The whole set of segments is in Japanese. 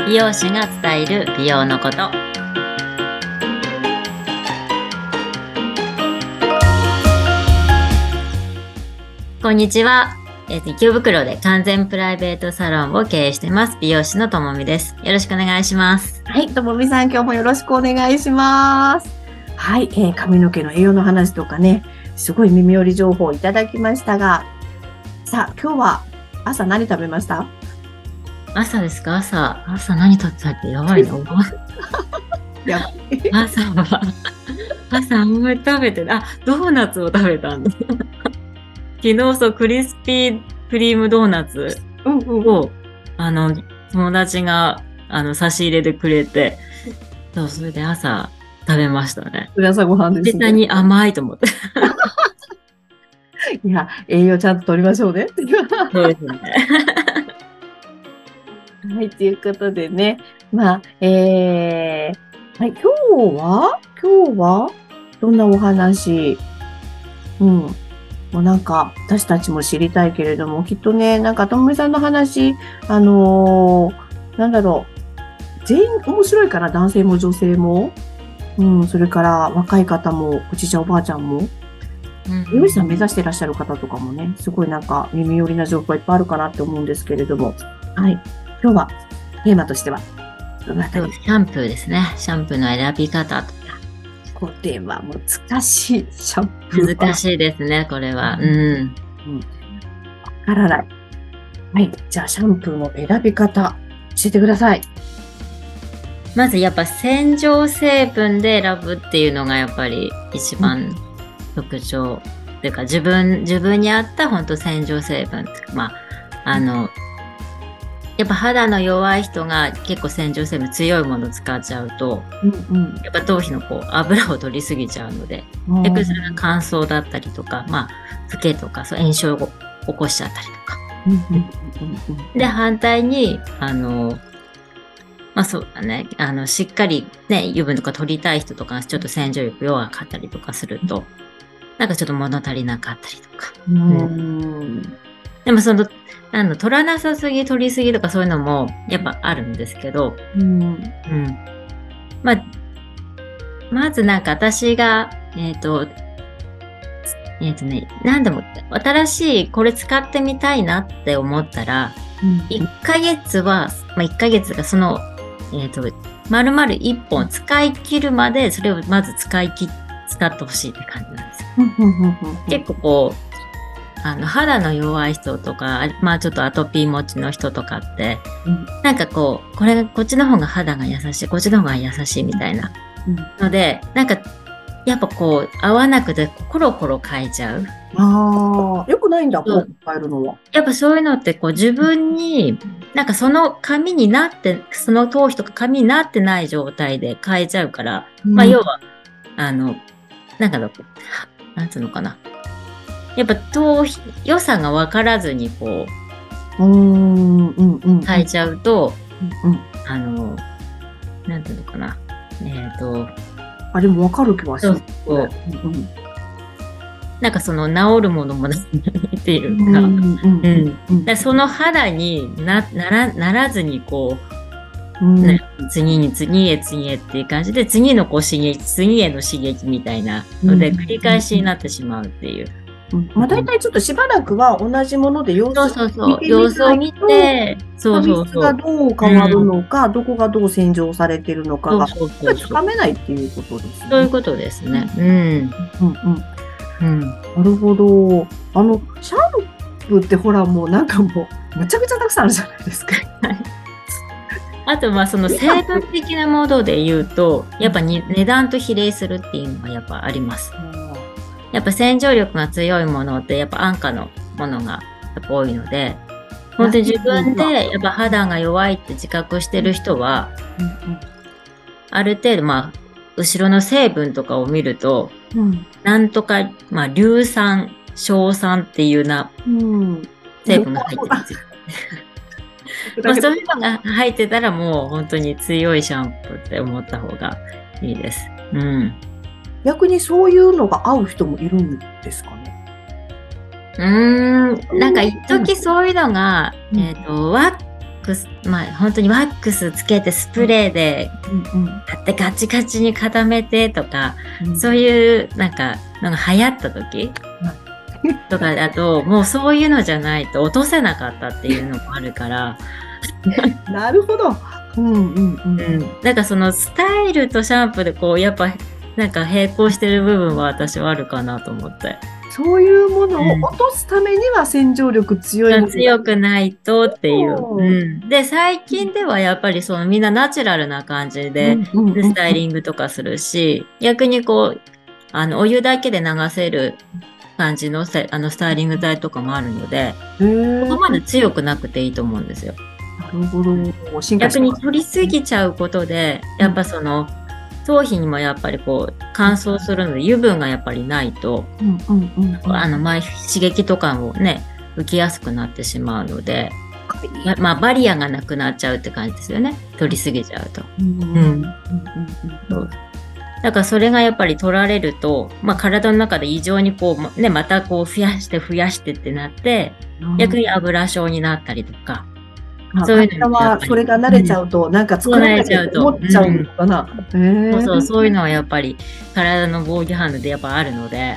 美容師が伝える美容のこと。こんにちは。池袋で完全プライベートサロンを経営しています。美容師のともみです。よろしくお願いします。 はい、ともみさん、今日もよろしくお願いします。はい、髪の毛の栄養の話とかね、すごい耳寄り情報をいただきましたが、さあ、今日は朝何食べました？ 朝ですか？朝何食べたっけ？やばいな。 やばい。 朝あんまり食べてない。ドーナツを食べたんだ。昨日クリスピークリームドーナツを、友達が、差し入れでくれて、それで朝食べましたね。 朝ごはんですね。 絶対に甘いと思って。 いや、栄養ちゃんと取りましょうね。 そうですね。 はい、ということでね。はい、今日は、どんなお話？もうなんか、私たちも知りたいけれども、きっとね、なんか、ともみさんの話、全員面白いかな、男性も女性も。それから若い方も、おじいちゃんおばあちゃんも。美容師さん目指していらっしゃる方とかもね、すごいなんか耳寄りな情報がいっぱいあるかなって思うんですけれども。はい。今日は、テーマとしては、どのあたり？ シャンプーですね。シャンプーの選び方とか。 このテーマ難しい。シャンプー。 難しいですね、これは。わからない。はい。じゃあ、シャンプーの選び方、教えてください。 まずやっぱ洗浄成分で選ぶっていうのがやっぱり一番特徴。というか自分に合った本当洗浄成分っていうか、やっぱ肌の弱い人が結構洗浄成分強いものを使っちゃうと、やっぱ頭皮の油を取りすぎちゃうので、逆にそれが乾燥だったりとか、フケとか炎症を起こしちゃったりとか。で、反対に、そうだね、しっかりね、油分とか取りたい人とか、ちょっと洗浄力弱かったりとかすると、なんかちょっと物足りなかったりとか。でも取らなさすぎ、取りすぎとかそういうのもやっぱあるんですけど、まずなんか私が、何でも、新しいこれ使ってみたいなって思ったら、1ヶ月は、1ヶ月が丸々1本使い切るまで、それをまず使ってほしいって感じなんですよ。結構肌の弱い人とか、ちょっとアトピー持ちの人とかって、なんかこっちの方が肌が優しい、こっちの方が優しいみたいなので、なんか、やっぱ合わなくてコロコロ変えちゃう。 よくないんだ、コロコロ変えるのは。 やっぱそういうのって自分に、なんかその髪になって、その頭皮とか髪になってない状態で変えちゃうから、要は、なんつうのかな。やっぱ頭皮、良さが分からずに変えちゃうと、なんていうのかな。 でも分かる気はする。 なんか治るものもないっていうか、その肌にならずに次へっていう感じで、次の次への刺激みたいなので、繰り返しになってしまうっていう。 大体ちょっとしばらくは同じもので様子を見て、 髪質がどう変わるのか、どこがどう洗浄されてるのかが、つかめないっていうことですね。 そういうことですね。 なるほど。シャンプーってほらもうなんかもう、むちゃくちゃたくさんあるじゃないですか。 あと成分的なもので言うと、やっぱ値段と比例するっていうのがやっぱあります。やっぱ洗浄力が強いものってやっぱ安価のものがやっぱ多いので、本当に自分でやっぱ肌が弱いって自覚してる人は、ある程度後ろの成分とかを見ると、なんとか硫酸、硝酸っていう成分が入ってるんですよ。そういうのが入ってたらもう本当に強いシャンプーって思った方がいいです。 逆にそういうのが合う人もいるんですかね。 なんか一時そういうのが、ワッまあ本当にワックスつけてスプレーでやってガチガチに固めてとか、そういうなんかのが流行った時とかだと、もうそういうのじゃないと落とせなかったっていうのもあるから。 なるほど。 なんかそのスタイルとシャンプーでこうやっぱなんか並行してる部分は私はあるかなと思って。 そういうものを落とすためには洗浄力強いもの、 強くないとっていう。で、最近ではやっぱりそのみんなナチュラルな感じでスタイリングとかするし、逆にこう、お湯だけで流せる感じのスタイリング剤とかもあるので、ここまで強くなくていいと思うんですよ。 なるほど。 逆に取りすぎちゃうことで、やっぱその、頭皮にもやっぱりこう乾燥するので油分がやっぱりないと、刺激とかもね、受けやすくなってしまうので、まあバリアがなくなっちゃうって感じですよね。取りすぎちゃうと。だからそれがやっぱり取られると、まあ体の中で異常にこうね、またこう増やしてってなって、逆に油症になったりとか。 そういうのはそれが慣れちゃうと、なんか作らなきゃと思っちゃうのかな。 そういうのはやっぱり体の防御反応でやっぱあるので。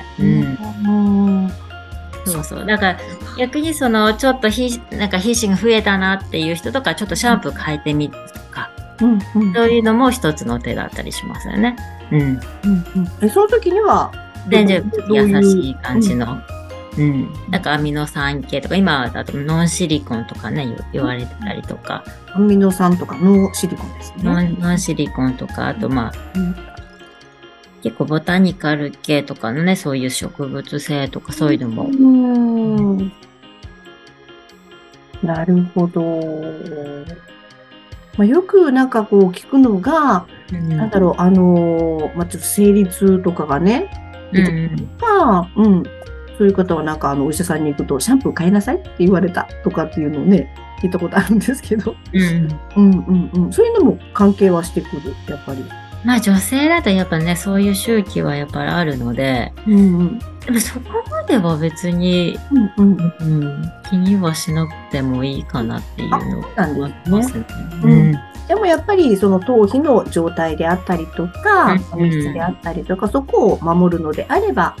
だから逆にそのちょっとなんか皮脂が増えたなっていう人とか、ちょっとシャンプー変えてみるとか、そういうのも一つの手だったりしますよね。 その時には全然優しい感じの。なんかアミノ酸系とか、今だとノンシリコンとかね、言われてたりとか。 アミノ酸とかノンシリコンですね。 ノンシリコンとか、あとまあ、結構ボタニカル系とかのね、そういう植物性とかそういうのも。 なるほど。まあ、よくなんかこう聞くのが、なんだろう、まあ、ちょっと生理痛とかがね、そういう方はなんかお医者さんに行くとシャンプー変えなさいって言われたとかっていうのをね、聞いたことあるんですけど。そういうのも関係はしてくる、やっぱり。 まあ女性だとやっぱね、そういう周期はやっぱりあるので、でもそこまでは別に、気にはしなくてもいいかなっていうのがありますね。 でもやっぱりその頭皮の状態であったりとか、髪質であったりとか、そこを守るのであれば、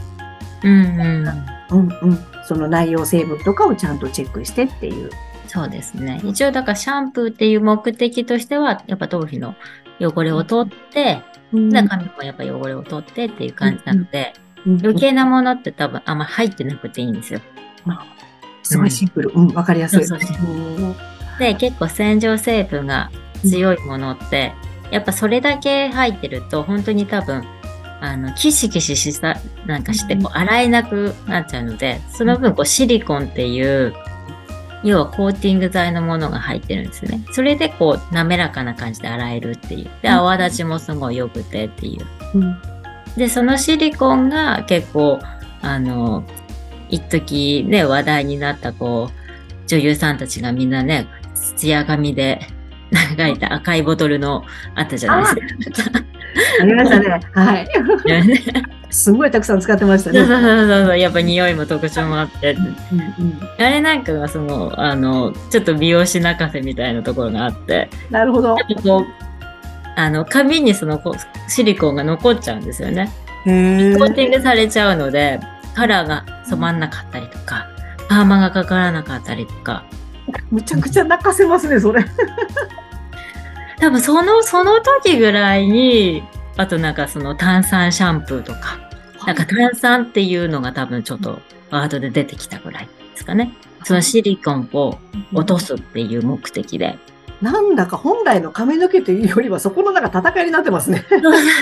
その内容成分とかをちゃんとチェックしてっていう。 そうですね。一応だからシャンプーっていう目的としては、やっぱ頭皮の汚れを取って、髪もやっぱ汚れを取ってっていう感じなので、余計なものって多分あんま入ってなくていいんですよ。 すごいシンプル。わかりやすい。 で、結構洗浄成分が強いものって、やっぱそれだけ入ってると、本当に多分、キシキシなんかして、こう、洗えなくなっちゃうので、その分、こう、シリコンっていう、要はコーティング剤のものが入ってるんですね。それで、こう、滑らかな感じで洗えるっていう。で、泡立ちもすごい良くてっていう。で、そのシリコンが結構、一時ね、話題になった、こう、女優さんたちがみんなね、ツヤ髪で、書いた赤いボトルのあったじゃないですか。 ありましたね。はい。すごいたくさん使ってましたね。 そう。やっぱ匂いも特徴もあって。あれなんかがちょっと美容師泣かせみたいなところがあって。 なるほど。 こう、髪にシリコンが残っちゃうんですよね。コーティングされちゃうので、カラーが染まんなかったりとか、パーマがかからなかったりとか。 むちゃくちゃ泣かせますね、それ。 多分その時ぐらいに、あとなんかその炭酸シャンプーとか、なんか炭酸っていうのが多分ちょっとワードで出てきたぐらいですかね。そのシリコンを落とすっていう目的で。 なんだか本来の髪の毛というよりはそこのなんか戦いになってますね。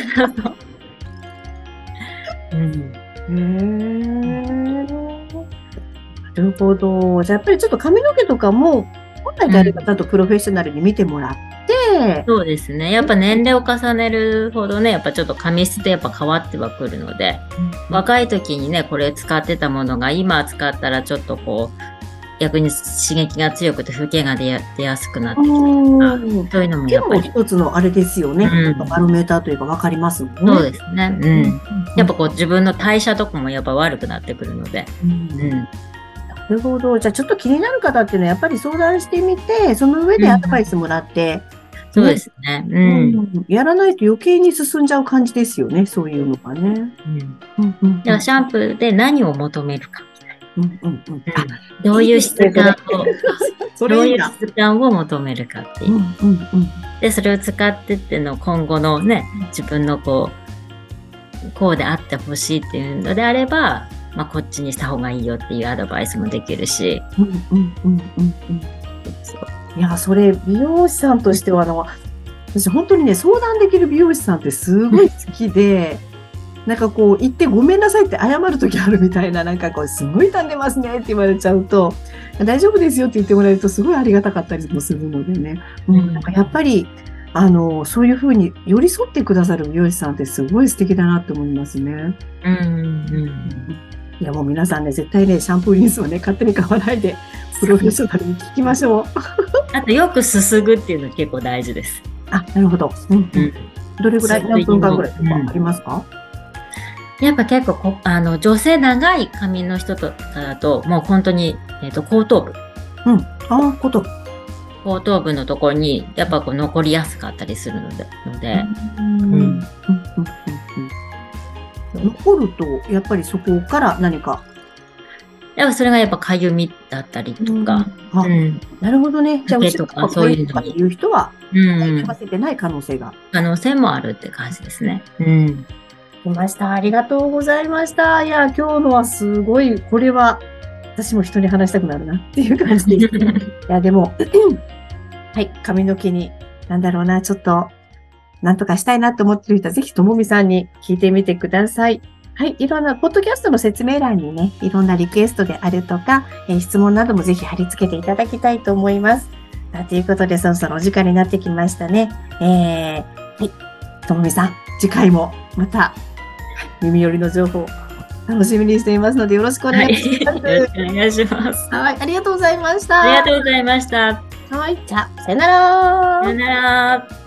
なるほど。じゃあやっぱりちょっと髪の毛とかも、本来であればちゃんとプロフェッショナルに見てもらって、 そうですね。やっぱ年齢を重ねるほどね、やっぱちょっと髪質ってやっぱ変わってはくるので、若い時にね、これ使ってたものが今使ったらちょっとこう、逆に刺激が強くて老けが出やすくなってきたりとか、そういうのもやっぱり。 一つのあれですよね。バロメーターというか分かりますもんね。 そうですね。やっぱこう自分の代謝とかもやっぱ悪くなってくるので。 なるほど。じゃあちょっと気になる方っていうのはやっぱり相談してみて、その上でアドバイスもらって、 そうですね。 やらないと余計に進んじゃう感じですよね。そういうのがね。 じゃあシャンプーで何を求めるかみたいな。どういう質感を求めるかっていう。で、それを使ってっていうのを今後のね、自分のこうであってほしいっていうのであれば、まあ、こっちにした方がいいよっていうアドバイスもできるし。 いや、それ、美容師さんとしては、私本当にね、相談できる美容師さんってすごい好きで、なんかこう、言ってごめんなさいって謝るときあるみたいな、なんかこう、すごい傷んでますねって言われちゃうと、大丈夫ですよって言ってもらえるとすごいありがたかったりもするのでね。なんかやっぱり、そういうふうに寄り添ってくださる美容師さんってすごい素敵だなって思いますね。いや、もう皆さんね、絶対ね、シャンプーリンスをね、勝手に買わないで、プロフェッショナルに聞きましょう。 あと、よくすすぐっていうの結構大事です。 あ、なるほど。どれぐらい、何分間ぐらいとかありますか？ やっぱ結構女性長い髪の人とかだと、もう本当に、後頭部。 後頭部。 後頭部のところに、やっぱこう残りやすかったりするので。 残ると、やっぱりそこから何か。 やっぱそれがやっぱかゆみだったりとか。 なるほどね。 じゃあ、とかそういうのにいう人は、悩ませてない可能性もあるって感じですね。 来ました。ありがとうございました。いや、今日のはすごい、これは、私も人に話したくなるなっていう感じです。いや、でも、はい、髪の毛に、なんだろうな、ちょっと、なんとかしたいなと思ってる人は、ぜひともみさんに聞いてみてください。はい、いろんな、ポッドキャストの説明欄にね、いろんなリクエストであるとか、質問などもぜひ貼り付けていただきたいと思います。ということで、そろそろお時間になってきましたね。はい、ともみさん、次回もまた、耳寄りの情報、楽しみにしていますので、よろしくお願いします。 よろしくお願いします。 はい、ありがとうございました。 ありがとうございました。 はい、じゃあ、さよなら。 さよなら。